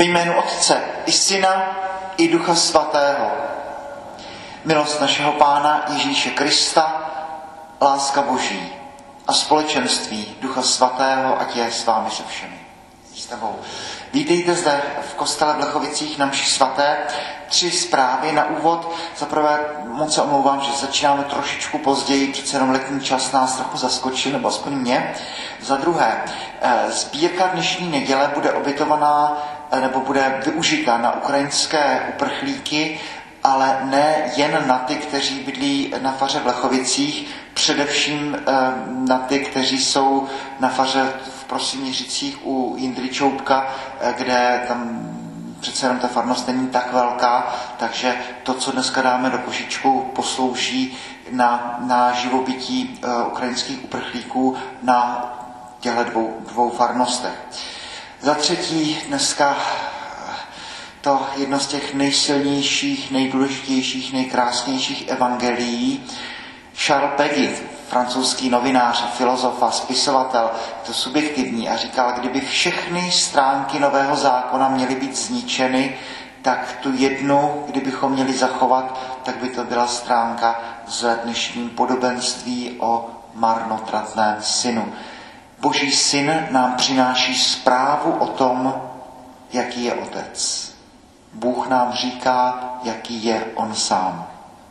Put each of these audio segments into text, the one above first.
Ve jménu Otce i Syna i Ducha Svatého. Milost našeho Pána Ježíše Krista, láska Boží a společenství Ducha Svatého, ať je s vámi se všemi. S tebou. Vítejte zde v kostele v Blechovicích na mši svaté. 3 zprávy na úvod. Za prvé, moc se omlouvám, že začínáme trošičku později, přece jenom letní čas nás trochu zaskočil, nebo aspoň mě. Za druhé, sbírka dnešní neděle bude obětovaná, nebo bude využita na ukrajinské uprchlíky, ale ne jen na ty, kteří bydlí na faře v Blechovicích, především na ty, kteří jsou na faře v Prostějovicích u Jindry Čoupka, kde tam přece jenom ta farnost není tak velká, takže to, co dneska dáme do košíčku, poslouží na živobytí ukrajinských uprchlíků na těchto dvou farnostech. Za třetí, dneska to jedno z těch nejsilnějších, nejdůležitějších, nejkrásnějších evangelií. Charles Péguy, francouzský novinář, filozof a spisovatel, to subjektivní, a říkal, kdyby všechny stránky Nového zákona měly být zničeny, tak tu jednu, kdybychom měli zachovat, tak by to byla stránka z dnešním podobenství o marnotratném synu. Boží syn nám přináší zprávu o tom, jaký je otec. Bůh nám říká, jaký je on sám.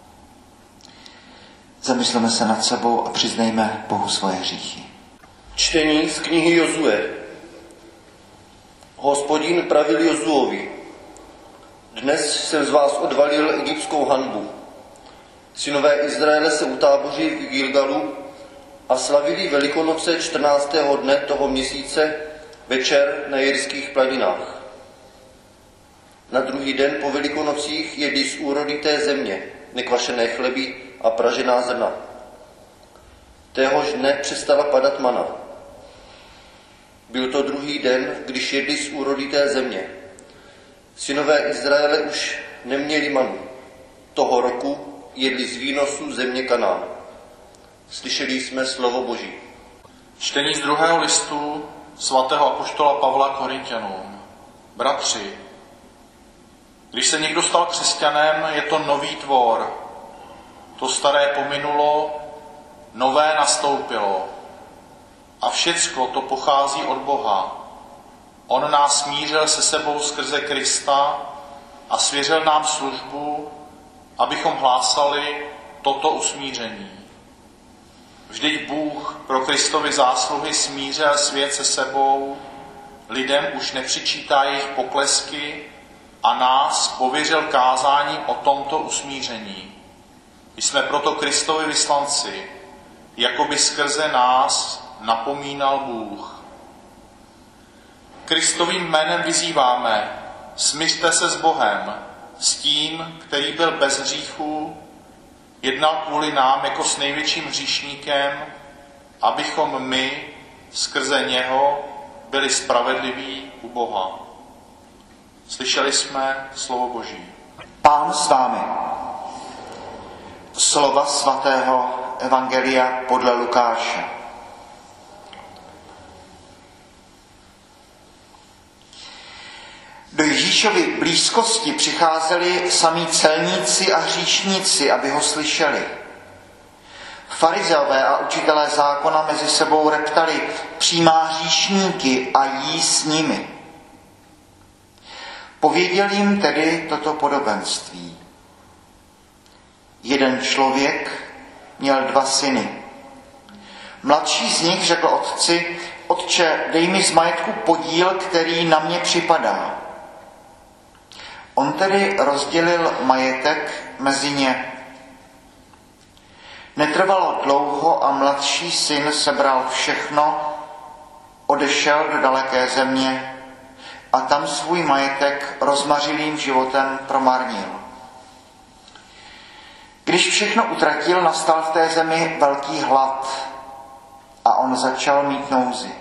Zamysleme se nad sebou a přiznejme Bohu svoje hříchy. Čtení z knihy Jozue. Hospodin pravil Jozuovi: Dnes jsem z vás odvalil egyptskou hanbu. Synové Izraele se utáboří v Gilgalu a slavili Velikonoce 14. dne toho měsíce večer na Jerských planinách. Na druhý den po Velikonocích jedli z úrody té země nekvašené chleby a pražená zrna. Téhož dne přestala padat mana. Byl to druhý den, když jedli z úrody té země. Synové Izraele už neměli manu. Toho roku jedli z výnosu země Kanán. Slyšeli jsme slovo Boží. Čtení z 2. listu svatého apoštola Pavla Korinťanům. Bratři, když se někdo stal křesťanem, je to nový tvor. To staré pominulo, nové nastoupilo. A všecko to pochází od Boha. On nás smířil se sebou skrze Krista a svěřil nám službu, abychom hlásali toto usmíření. Vždyť Bůh pro Kristovy zásluhy smířil svět se sebou, lidem už nepřičítá jejich poklesky a nás pověřil kázáním o tomto usmíření. Jsme proto Kristovi vyslanci, jako by skrze nás napomínal Bůh. Kristovým jménem vyzýváme: smířte se s Bohem, s tím, který byl bez hříchů, jednal kvůli nám jako s největším hříšníkem, abychom my skrze něho byli spravedliví u Boha. Slyšeli jsme slovo Boží. Pán s vámi. Slova svatého evangelia podle Lukáše. Do Ježíšovy blízkosti přicházeli samí celníci a hříšníci, aby ho slyšeli. Farizeové a učitelé zákona mezi sebou reptali: přijímá hříšníky a jí s nimi. Pověděl jim tedy toto podobenství. Jeden člověk měl 2 syny. Mladší z nich řekl otci: Otče, dej mi z majetku podíl, který na mě připadá. On tedy rozdělil majetek mezi ně. Netrvalo dlouho a mladší syn sebral všechno, odešel do daleké země a tam svůj majetek rozmařilým životem promarnil. Když všechno utratil, nastal v té zemi velký hlad a on začal mít nouzi.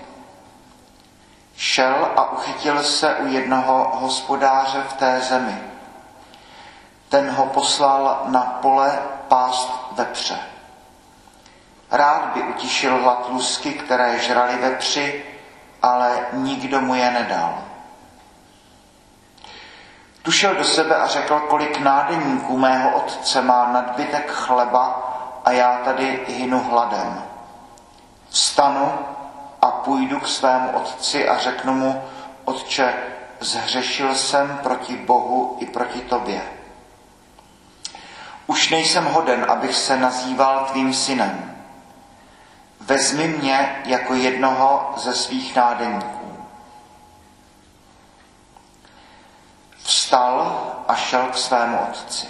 Šel a uchytil se u jednoho hospodáře v té zemi. Ten ho poslal na pole pást vepře. Rád by utišil hlad lusky, které žrali vepři, ale nikdo mu je nedal. Tu šel do sebe a řekl, kolik nádeníků mého otce má nadbytek chleba a já tady hynu hladem. Vstanu a půjdu k svému otci a řeknu mu, otče, zhřešil jsem proti Bohu i proti tobě. Už nejsem hoden, abych se nazýval tvým synem. Vezmi mě jako jednoho ze svých nádeníků. Vstal a šel k svému otci.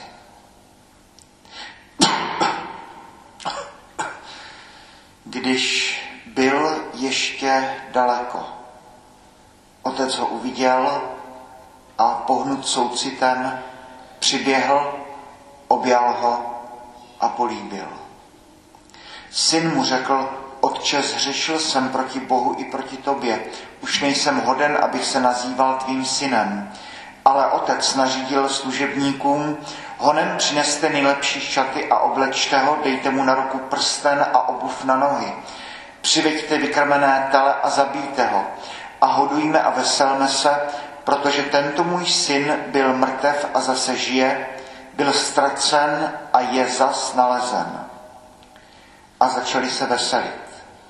Když byl ještě daleko, otec ho uviděl a pohnut soucitem přiběhl, objal ho a políbil. Syn mu řekl, otče, zhřešil jsem proti Bohu i proti tobě. Už nejsem hoden, abych se nazýval tvým synem. Ale otec nařídil služebníkům, honem přineste nejlepší šaty a oblečte ho, dejte mu na ruku prsten a obuv na nohy. Přiveďte vykrmené tele a zabijte ho. A hodujme a veselme se, protože tento můj syn byl mrtev a zase žije, byl ztracen a je zas nalezen. A začali se veselit.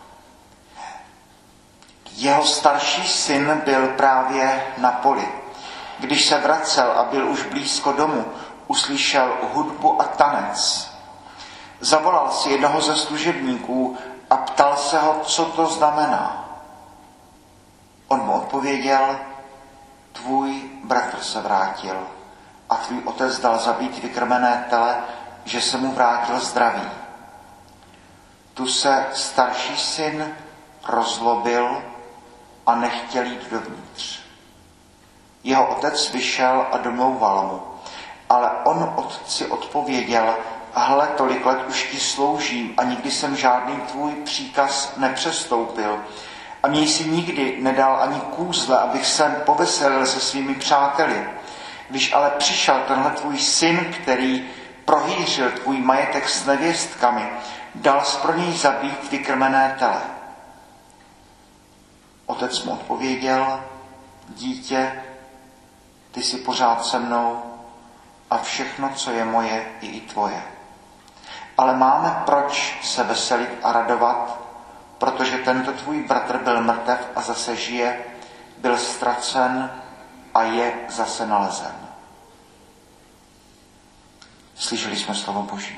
Jeho starší syn byl právě na poli. Když se vracel a byl už blízko domu, uslyšel hudbu a tanec. Zavolal si jednoho ze služebníků a ptal se ho, co to znamená. On mu odpověděl, tvůj bratr se vrátil a tvůj otec dal zabít vykrmené tele, že se mu vrátil zdravý. Tu se starší syn rozlobil a nechtěl jít dovnitř. Jeho otec vyšel a domlouval mu, ale on otci odpověděl, hle, tolik let už ti sloužím a nikdy jsem žádný tvůj příkaz nepřestoupil. A mě jsi nikdy nedal ani kůzle, abych se poveselil se svými přáteli. Když ale přišel tenhle tvůj syn, který prohýřil tvůj majetek s nevěstkami, dal jsi pro něj zabít vykrmené tele. Otec mu odpověděl, dítě, ty jsi pořád se mnou a všechno, co je moje, je i tvoje. Ale máme proč se veselit a radovat, protože tento tvůj bratr byl mrtev a zase žije, byl ztracen a je zase nalezen. Slyšeli jsme slovo Boží.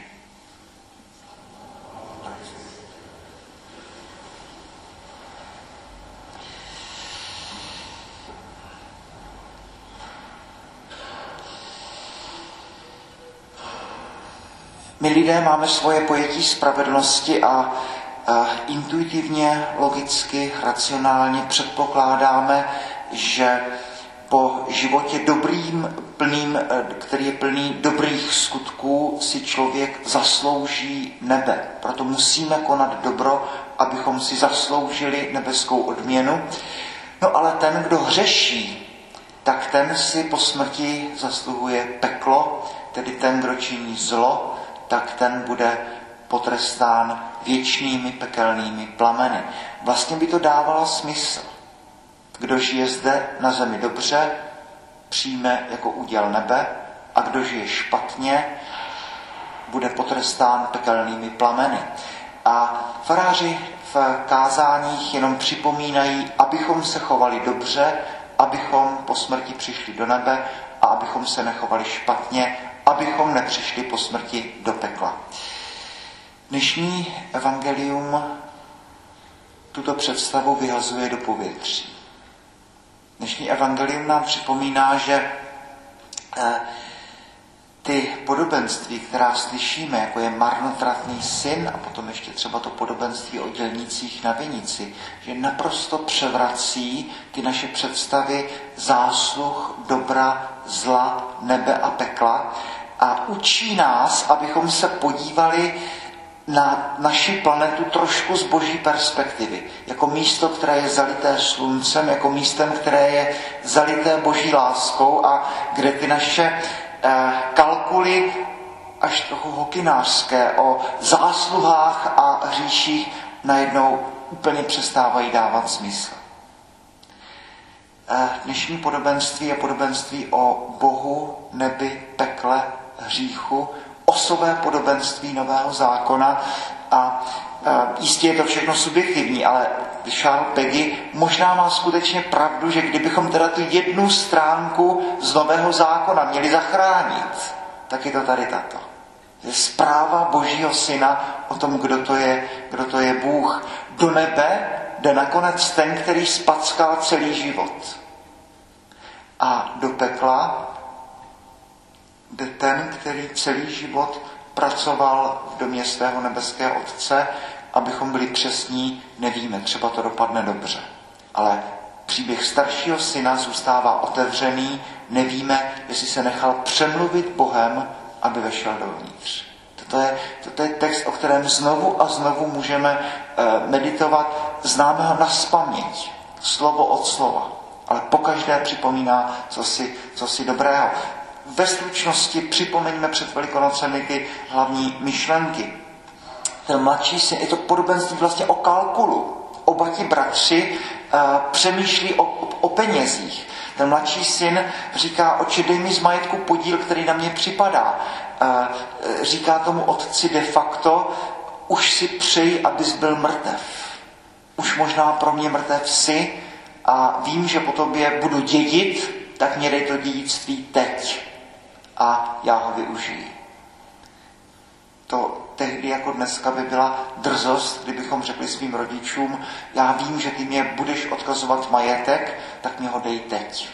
My lidé máme svoje pojetí spravedlnosti a intuitivně, logicky, racionálně předpokládáme, že po životě dobrým, který je plný dobrých skutků, si člověk zaslouží nebe. Proto musíme konat dobro, abychom si zasloužili nebeskou odměnu. No ale ten, kdo hřeší, tak ten si po smrti zasluhuje peklo, tedy ten, kdo činí zlo, tak ten bude potrestán věčnými pekelnými plameny. Vlastně by to dávalo smysl. Kdo žije zde na zemi dobře, přijme jako úděl nebe, a kdo žije špatně, bude potrestán pekelnými plameny. A faráři v kázáních jenom připomínají, abychom se chovali dobře, abychom po smrti přišli do nebe a abychom se nechovali špatně, abychom nepřišli po smrti do pekla. Dnešní evangelium tuto představu vyhazuje do povětří. Dnešní evangelium nám připomíná, že ty podobenství, která slyšíme, jako je marnotratný syn a potom ještě třeba to podobenství o dělnících na vinici, že naprosto převrací ty naše představy zásluh, dobra, zla, nebe a pekla a učí nás, abychom se podívali na naši planetu trošku z boží perspektivy. Jako místo, které je zalité sluncem, jako místem, které je zalité boží láskou a kde ty naše kalkuly až trochu hokynářské o zásluhách a hříších najednou úplně přestávají dávat smysl. Dnešní podobenství je podobenství o Bohu, nebi, pekle, hříchu, osobé podobenství Nového zákona a jistě je to všechno subjektivní, ale Charles Péguy možná má skutečně pravdu, že kdybychom teda tu jednu stránku z Nového zákona měli zachránit, tak je to tady tato. Je zpráva Božího syna o tom, kdo to je Bůh. Do nebe jde nakonec ten, který spackal celý život. A do pekla jde ten, který celý život pracoval v domě svého nebeského Otce. Abychom byli přesní, nevíme, třeba to dopadne dobře. Ale příběh staršího syna zůstává otevřený, nevíme, jestli se nechal přemluvit Bohem, aby vešel dovnitř. Toto je text, o kterém znovu a znovu můžeme meditovat. Známe ho nazpaměť, slovo od slova, ale pokaždé připomíná cosi dobrého. Ve stručnosti připomeňme před Velikonocemi ty hlavní myšlenky. Ten mladší syn, je to podobenství vlastně o kalkulu. Oba ti bratři přemýšlí o penězích. Ten mladší syn říká, otče, dej mi z majetku podíl, který na mě připadá. Říká tomu otci de facto, už si přeji, abys byl mrtev. Už možná pro mě mrtev jsi a vím, že po tobě budu dědit, tak mě dej to dědictví teď a já ho využiji. To tehdy jako dneska by byla drzost, kdybychom řekli svým rodičům, já vím, že ty mě budeš odkazovat majetek, tak mě ho dej teď.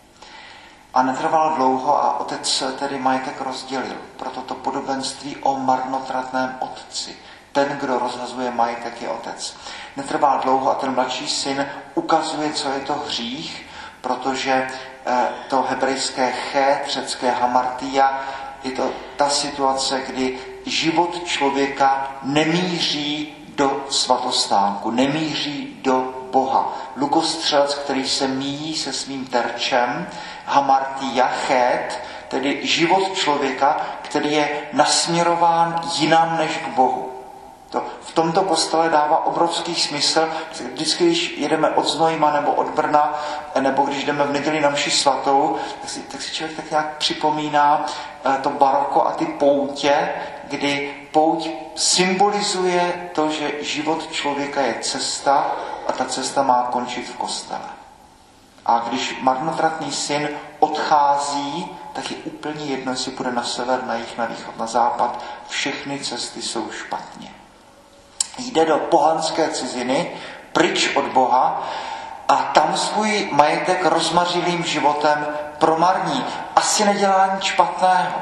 A netrvalo dlouho a otec tedy majetek rozdělil. Proto to podobenství o marnotratném otci. Ten, kdo rozhazuje majetek, je otec. Netrvá dlouho a ten mladší syn ukazuje, co je to hřích, protože to hebrejské chet, řecké hamartia, je to ta situace, kdy život člověka nemíří do svatostánku, nemíří do Boha. Lukostřelec, který se míjí se svým terčem, hamartia, chet, tedy život člověka, který je nasměrován jinam než k Bohu. To v tomto kostele dává obrovský smysl. Vždycky, když jedeme od Znojma nebo od Brna, nebo když jdeme v neděli na mši svatou, tak si člověk tak nějak připomíná to baroko a ty poutě, kdy pouť symbolizuje to, že život člověka je cesta a ta cesta má končit v kostele. A když marnotratný syn odchází, tak je úplně jedno, jestli půjde na sever, na jih, na východ, na západ. Všechny cesty jsou špatně. Jde do pohanské ciziny, pryč od Boha a tam svůj majetek rozmařilým životem promarní. Asi nedělá nic špatného.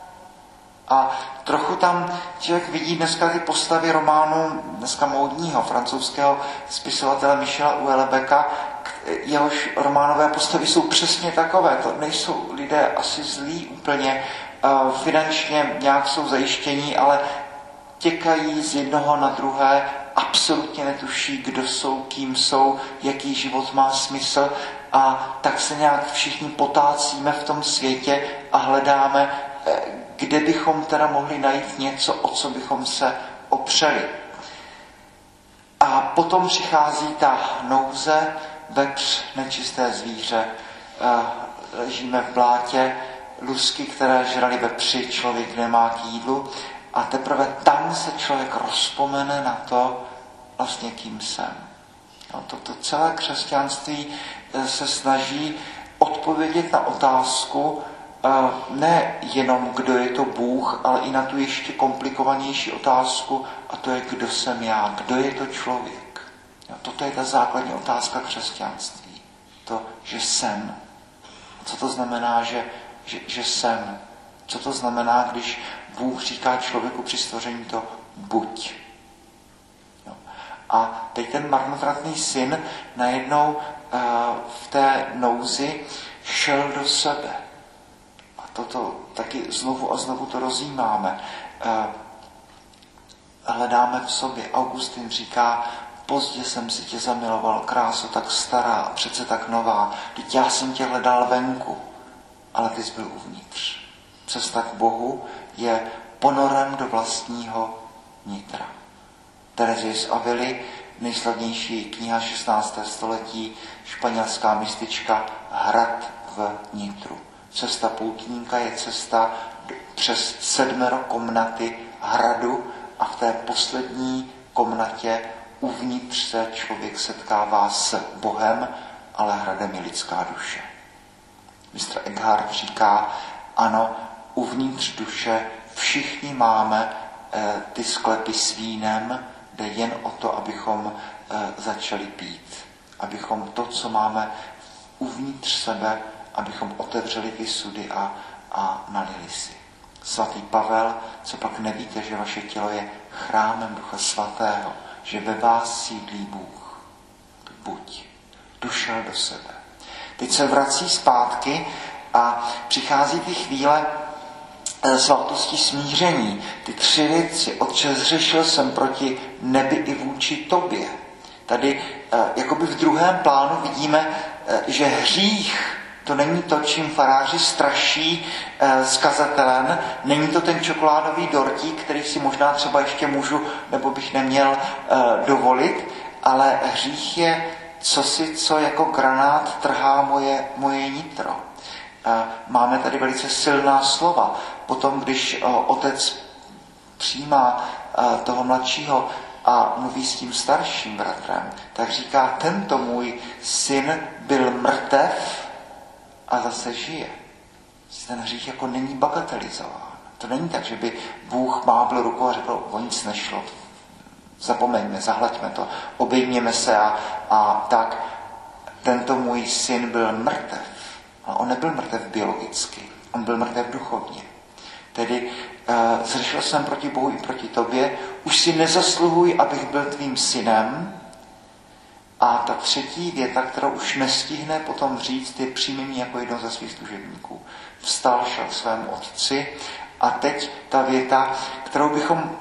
A trochu tam člověk vidí dneska ty postavy románu, dneska módního francouzského spisovatele Michela Houellebecqa, jehož románové postavy jsou přesně takové. To nejsou lidé asi zlí úplně, finančně nějak jsou zajištění, ale těkají z jednoho na druhé, absolutně netuší, kdo jsou, kým jsou, jaký život má smysl a tak se nějak všichni potácíme v tom světě a hledáme, kde bychom teda mohli najít něco, o co bychom se opřeli. A potom přichází ta nouze, vepř, nečisté zvíře, ležíme v blátě, lusky, které žrali vepři, člověk nemá k jídlu a teprve tam se člověk rozpomene na to, vlastně kým jsem. No, to celé křesťanství se snaží odpovědět na otázku, ne jenom, kdo je to Bůh, ale i na tu ještě komplikovanější otázku, a to je, kdo jsem já, kdo je to člověk. No, toto je ta základní otázka křesťanství. To, že jsem. Co to znamená, že jsem? Co to znamená, když Bůh říká člověku při stvoření to buď? No. A teď ten marnotratný syn najednou v té nouzi šel do sebe. A toto taky znovu a znovu to rozjímáme. Hledáme v sobě. Augustin říká, pozdě jsem si tě zamiloval, kráso tak stará a přece tak nová. Vždyť já jsem tě hledal venku, ale ty jsi byl uvnitř. Cesta k Bohu je ponorem do vlastního nitra. Terezie z Avily nejslavnější kniha 16. století, španělská mistička Hrad v Nitru. Cesta poutníka je cesta přes 7 komnaty hradu a v té poslední komnatě uvnitř se člověk setkává s Bohem, ale hradem je lidská duše. Mistr Eckhart říká, ano, uvnitř duše všichni máme ty sklepy s vínem, jde jen o to, abychom začali pít. Abychom to, co máme uvnitř sebe, abychom otevřeli ty sudy a nalili si. Svatý Pavel, co pak nevíte, že vaše tělo je chrámem Ducha Svatého, že ve vás sídlí Bůh. Buď. Došel do sebe. Teď se vrací zpátky a přichází ty chvíle svatosti smíření. Ty 3 věci. Otče, zřešil jsem proti nebi i vůči tobě. Tady jakoby v druhém plánu vidíme, že hřích to není to, čím faráři straší s kazatelem, není to ten čokoládový dortík, který si možná třeba ještě můžu nebo bych neměl dovolit, ale hřích je cosi, co jako granát trhá moje nitro. Máme tady velice silná slova. Potom, když otec přijímá toho mladšího a mluví s tím starším bratrem, tak říká, tento můj syn byl mrtev a zase žije. Ten hřích jako není bagatelizován. To není tak, že by Bůh mávl rukou a řekl, o nic nešlo. Zapomeňme, zahlaďme to, obejměme se a tak. Tento můj syn byl mrtev. Ale on nebyl mrtev biologicky, on byl mrtev duchovně. Tedy zřešil jsem proti Bohu i proti tobě, už si nezasluhuj, abych byl tvým synem. A ta 3. věta, kterou už nestihne potom říct, je přijmi mě jako jednoho ze svých služebníků. Vstal, šel svému otci a teď ta věta, kterou bychom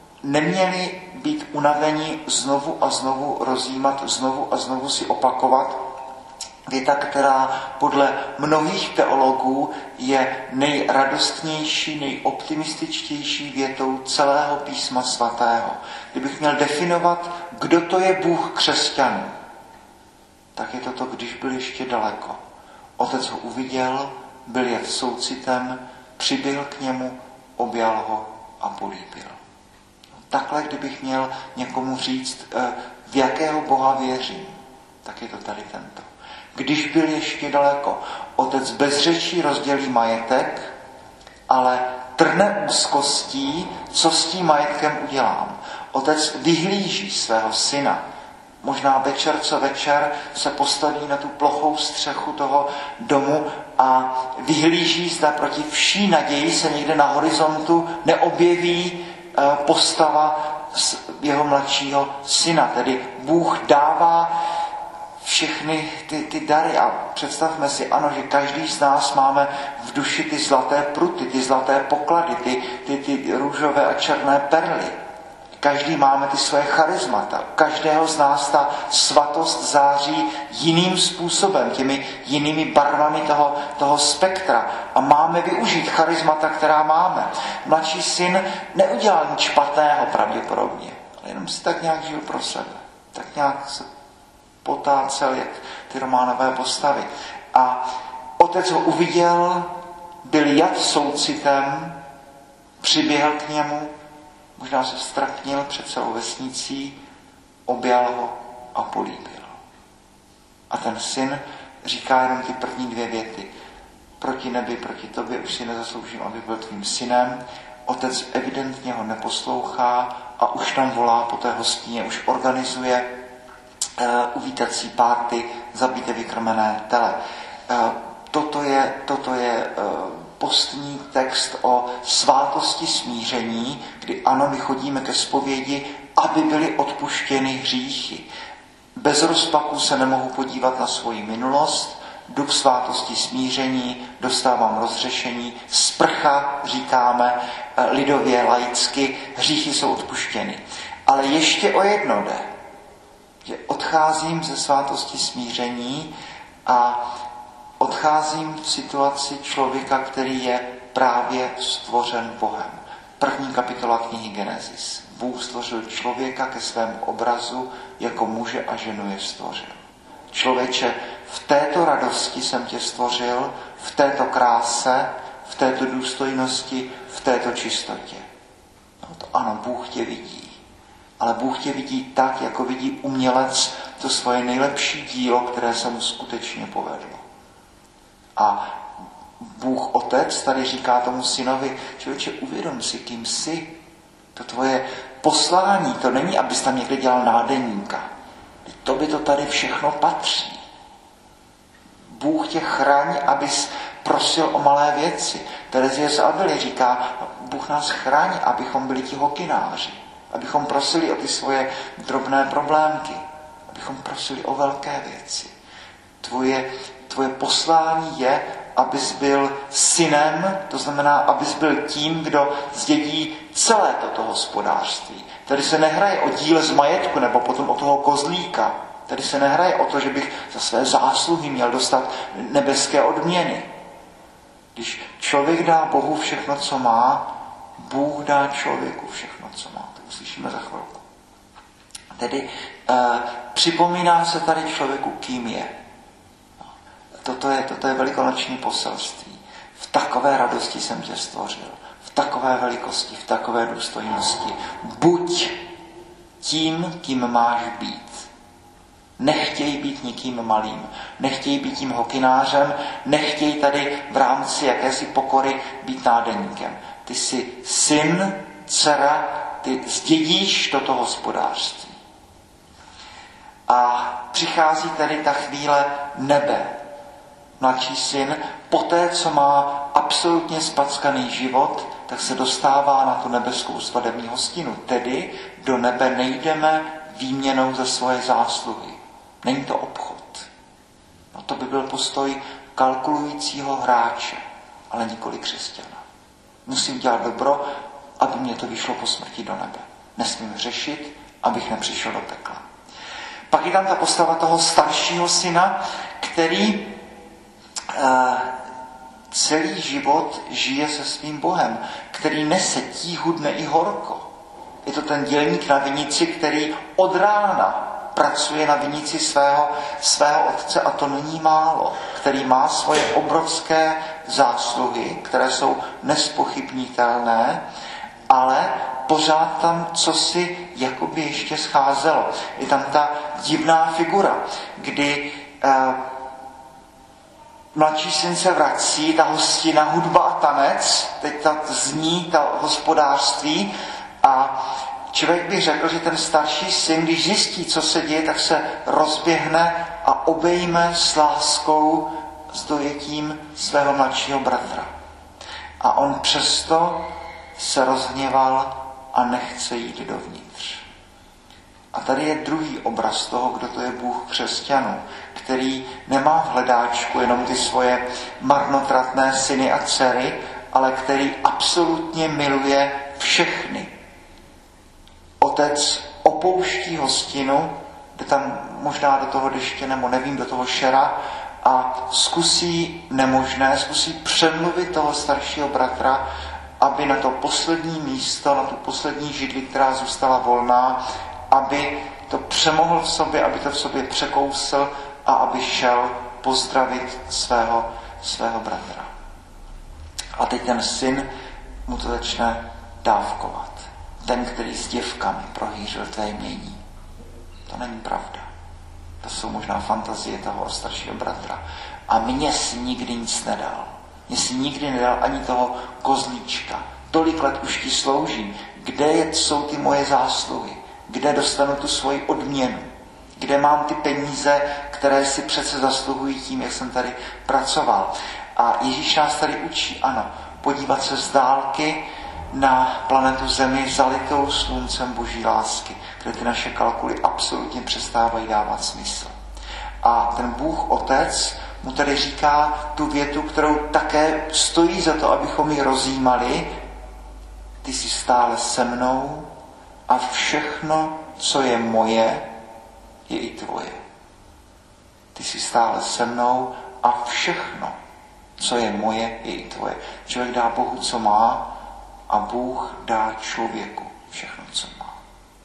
neměli být unaveni znovu a znovu rozjímat, znovu a znovu si opakovat. Věta, která podle mnohých teologů je nejradostnější, nejoptimističtější větou celého písma svatého. Kdybych měl definovat, kdo to je Bůh křesťanů, tak je to, když byl ještě daleko. Otec ho uviděl, byl jet soucitem, přiběhl k němu, objal ho a políbil. Takhle, kdybych měl někomu říct, v jakého Boha věřím, tak je to tady tento. Když byl ještě daleko, otec bez řečí rozdělí majetek, ale trne úzkostí, co s tím majetkem udělám. Otec vyhlíží svého syna. Možná večer co večer se postaví na tu plochou střechu toho domu a vyhlíží, zda proti vší naději se někde na horizontu neobjeví postava jeho mladšího syna. Tedy Bůh dává všechny ty dary a představme si, ano, že každý z nás máme v duši ty zlaté pruty, ty zlaté poklady, ty růžové a černé perly. Každý máme ty svoje charismata. Každého z nás ta svatost září jiným způsobem, těmi jinými barvami toho spektra. A máme využít charismata, která máme. Mladší syn neudělal nic špatného pravděpodobně, ale jenom si tak nějak žil pro sebe. Tak nějak se potácel, jak ty románové postavy. A otec ho uviděl, byl jat soucitem, přiběhl k němu, možná se ztratnil před celou vesnicí, objal ho a políbil. A ten syn říká jenom ty první 2 věty. Proti nebi, proti tobě už si nezasloužím, aby byl tvým synem. Otec evidentně ho neposlouchá a už tam volá po té hostině, už organizuje uvítací párty, zabité vykrmené tele. Toto je postní text o svátosti smíření, kdy ano, my chodíme ke zpovědi, aby byly odpuštěny hříchy. Bez rozpaku se nemohu podívat na svoji minulost, jdu k svátosti smíření, dostávám rozřešení, sprcha, říkáme lidově, laicky, hříchy jsou odpuštěny. Ale ještě o jedno jde, že odcházím ze svátosti smíření a odcházím v situaci člověka, který je právě stvořen Bohem. 1. kapitola knihy Genesis. Bůh stvořil člověka ke svému obrazu, jako muže a ženu je stvořil. Člověče, v této radosti jsem tě stvořil, v této kráse, v této důstojnosti, v této čistotě. No to ano, Bůh tě vidí. Ale Bůh tě vidí tak, jako vidí umělec to svoje nejlepší dílo, které se mu skutečně povedlo. A Bůh Otec tady říká tomu synovi, člověče, uvědom si, kým jsi. To tvoje poslání, to není, abys tam někde dělal nádeníka. To by to tady všechno patří. Bůh tě chrání, abys prosil o malé věci. Terezie z Avily říká, Bůh nás chrání, abychom byli ti hokynáři. Abychom prosili o ty svoje drobné problémky. Abychom prosili o velké věci. Tvoje poslání je, abys byl synem, to znamená, abys byl tím, kdo zdědí celé toto hospodářství. Tady se nehraje o díl z majetku nebo potom o toho kozlíka. Tady se nehraje o to, že bych za své zásluhy měl dostat nebeské odměny. Když člověk dá Bohu všechno, co má, Bůh dá člověku všechno, co má. To uslyšíme za chvilku. Tedy připomíná se tady člověku, kým je. Toto je velikonoční poselství. V takové radosti jsem tě stvořil. V takové velikosti, v takové důstojnosti. Buď tím, kým máš být. Nechtěj být nikým malým. Nechtěj být tím hokynářem. Nechtěj tady v rámci jakési pokory být nádeníkem. Ty jsi syn, dcera, ty zdědíš toto hospodářství. A přichází tady ta chvíle nebe. Mladší syn, poté, co má absolutně spackaný život, tak se dostává na tu nebeskou svadební hostinu. Tedy do nebe nejdeme výměnou za svoje zásluhy. Není to obchod. No to by byl postoj kalkulujícího hráče, ale nikoli křesťana. Musím dělat dobro, aby mě to vyšlo po smrti do nebe. Nesmím řešit, abych nepřišel do pekla. Pak je tam ta postava toho staršího syna, který celý život žije se svým Bohem, který nese tíhu dne i horko. Je to ten dělník na vinici, který od rána pracuje na vinici svého otce a to není málo, který má svoje obrovské zásluhy, které jsou nespochybnitelné, ale pořád tam cosi jakoby ještě scházelo. Je tam ta divná figura, kdy mladší syn se vrací, ta hostina, hudba a tanec, teď zní ta hospodářství a člověk by řekl, že ten starší syn, když zjistí, co se děje, tak se rozběhne a obejme s láskou, s dojetím svého mladšího bratra. A on přesto se rozhněval a nechce jít dovnitř. A tady je druhý obraz toho, kdo to je Bůh křesťanů, který nemá v hledáčku jenom ty svoje marnotratné syny a dcery, ale který absolutně miluje všechny. Otec opouští hostinu, jde tam možná do toho deště, nebo nevím, do toho šera a zkusí nemožné, zkusí přemluvit toho staršího bratra, aby na to poslední místo, na tu poslední židli, která zůstala volná, aby to přemohl v sobě, aby to v sobě překousl a aby šel pozdravit svého bratra. A teď ten syn mu to začne dávkovat. Ten, který s děvkami prohýřil tvé jmění. To není pravda. To jsou možná fantazie toho staršího bratra. A mně si nikdy nic nedal. Mně si nikdy nedal ani toho kozlíčka. Tolik let už ti sloužím. Kde jsou ty moje zásluhy? Kde dostanu tu svoji odměnu? Kde mám ty peníze, které si přece zasluhují tím, jak jsem tady pracoval? A Ježíš nás tady učí, ano, podívat se z dálky na planetu Zemi zalitou sluncem Boží lásky, kde ty naše kalkuly absolutně přestávají dávat smysl. A ten Bůh Otec mu tady říká tu větu, kterou také stojí za to, abychom ji rozjímali. Ty jsi stále se mnou a všechno, co je moje, je i tvoje. Ty jsi stále se mnou a všechno, co je moje, je i tvoje. Člověk dá Bohu, co má, a Bůh dá člověku všechno, co má.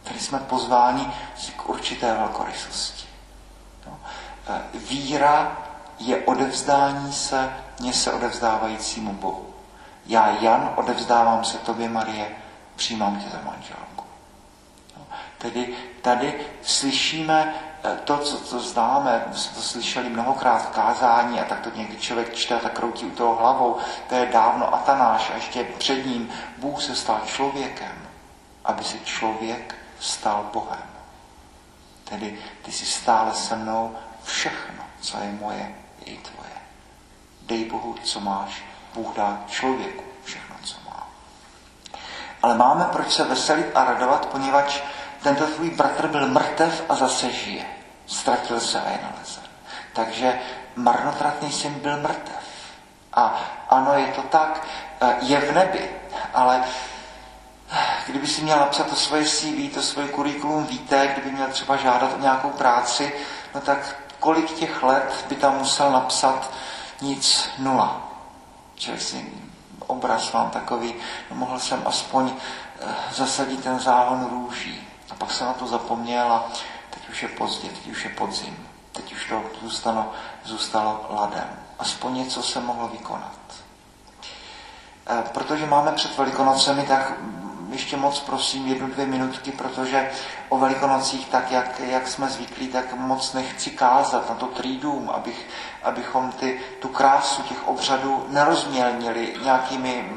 Tady jsme pozváni k určité velkorysosti. No. Víra je odevzdání se mně se odevzdávajícímu Bohu. Já, Jan, odevzdávám se tobě, Marie, přijímám tě za manželku. No. Tedy tady slyšíme to, co známe, jsme to slyšeli mnohokrát v kázání a tak to někdy člověk čte a tak kroutí u toho hlavou. To je dávno Atanáš a ještě před ním Bůh se stal člověkem, aby se člověk stal Bohem. Tedy ty jsi stále se mnou, všechno, co je moje, je i tvoje. Dej Bohu, co máš, Bůh dá člověku všechno, co má. Ale máme proč se veselit a radovat, poněvadž tento tvůj bratr byl mrtev a zase žije. Ztratil se a je nalezen. Takže marnotratný syn byl mrtev. A ano, je to tak, je v nebi, ale kdyby si měl napsat to svoje CV, to svoje kurikulum vitae, kdyby měl třeba žádat o nějakou práci, no tak kolik těch let by tam musel napsat? Nic, 0. Člověk si obraz mám takový, no mohl jsem aspoň zasadit ten záhon růží. A pak jsem na to zapomněl a teď už je pozdě, teď už je podzim. Teď už to zůstalo ladem. Aspoň něco jsem mohl vykonat. Protože máme před Velikonocemi, tak ještě moc prosím 1-2 minutky, protože o Velikonocích, tak jak jsme zvyklí, tak moc nechci kázat na to triduum, abychom tu krásu těch obřadů nerozmělnili nějakými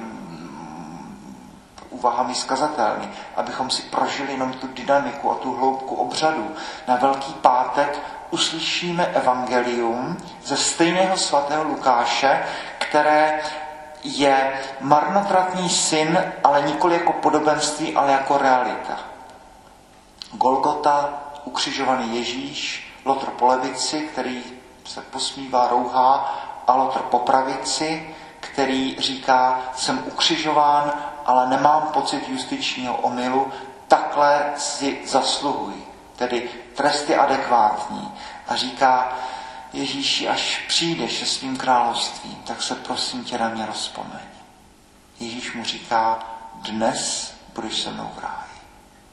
úvahami zkazatelný, abychom si prožili jenom tu dynamiku a tu hloubku obřadu. Na Velký pátek uslyšíme evangelium ze stejného svatého Lukáše, které je marnotratný syn, ale nikoli jako podobenství, ale jako realita. Golgota, ukřižovaný Ježíš, Lotr po levici, který se posmívá, rouhá, a Lotr po pravici, který říká, jsem ukřižován, ale nemám pocit justičního omylu, takhle si zasluhuji. Tedy trest je adekvátní. A říká, Ježíši, až přijdeš se svým královstvím, tak se prosím tě na mě rozpomeň. Ježíš mu říká, dnes budeš se mnou v ráji.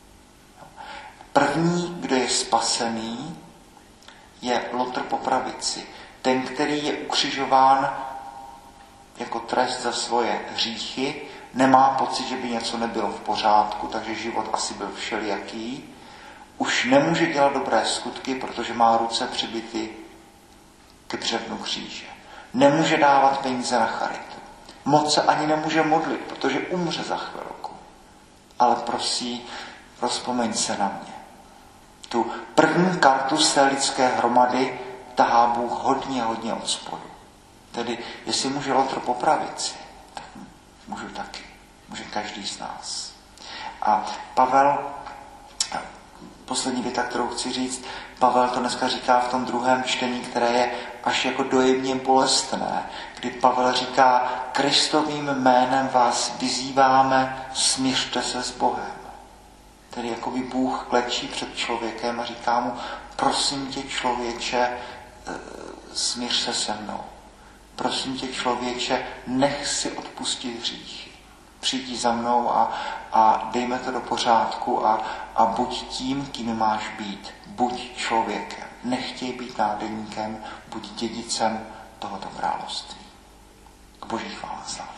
První, kdo je spasený, je Lotr po pravici. Ten, který je ukřižován jako trest za svoje hříchy, nemá pocit, že by něco nebylo v pořádku, takže život asi byl všelijaký. Už nemůže dělat dobré skutky, protože má ruce přibity k břevnu kříže. Nemůže dávat peníze na charitu. Moc se ani nemůže modlit, protože umře za chvilku. Ale prosí, rozpomeň se na mě. Tu první kartu z té lidské hromady tahá Bůh hodně od spodu. Tedy, jestli může Lotr po pravici, tak můžu taky. Může každý z nás. A Pavel, poslední věta, kterou chci říct, Pavel to dneska říká v tom druhém čtení, které je až jako dojemně bolestné, kdy Pavel říká, Kristovým jménem vás vyzýváme, smiřte se s Bohem. Tedy jako by Bůh klečí před člověkem a říká mu, prosím tě, člověče, smíř se se mnou. Prosím tě, člověče, nech si odpustit hříchy. Přijdi za mnou a dejme to do pořádku a buď tím, kým máš být. Buď člověkem. Nechtěj být nádeníkem, buď dědicem tohoto království. K Boží chvále.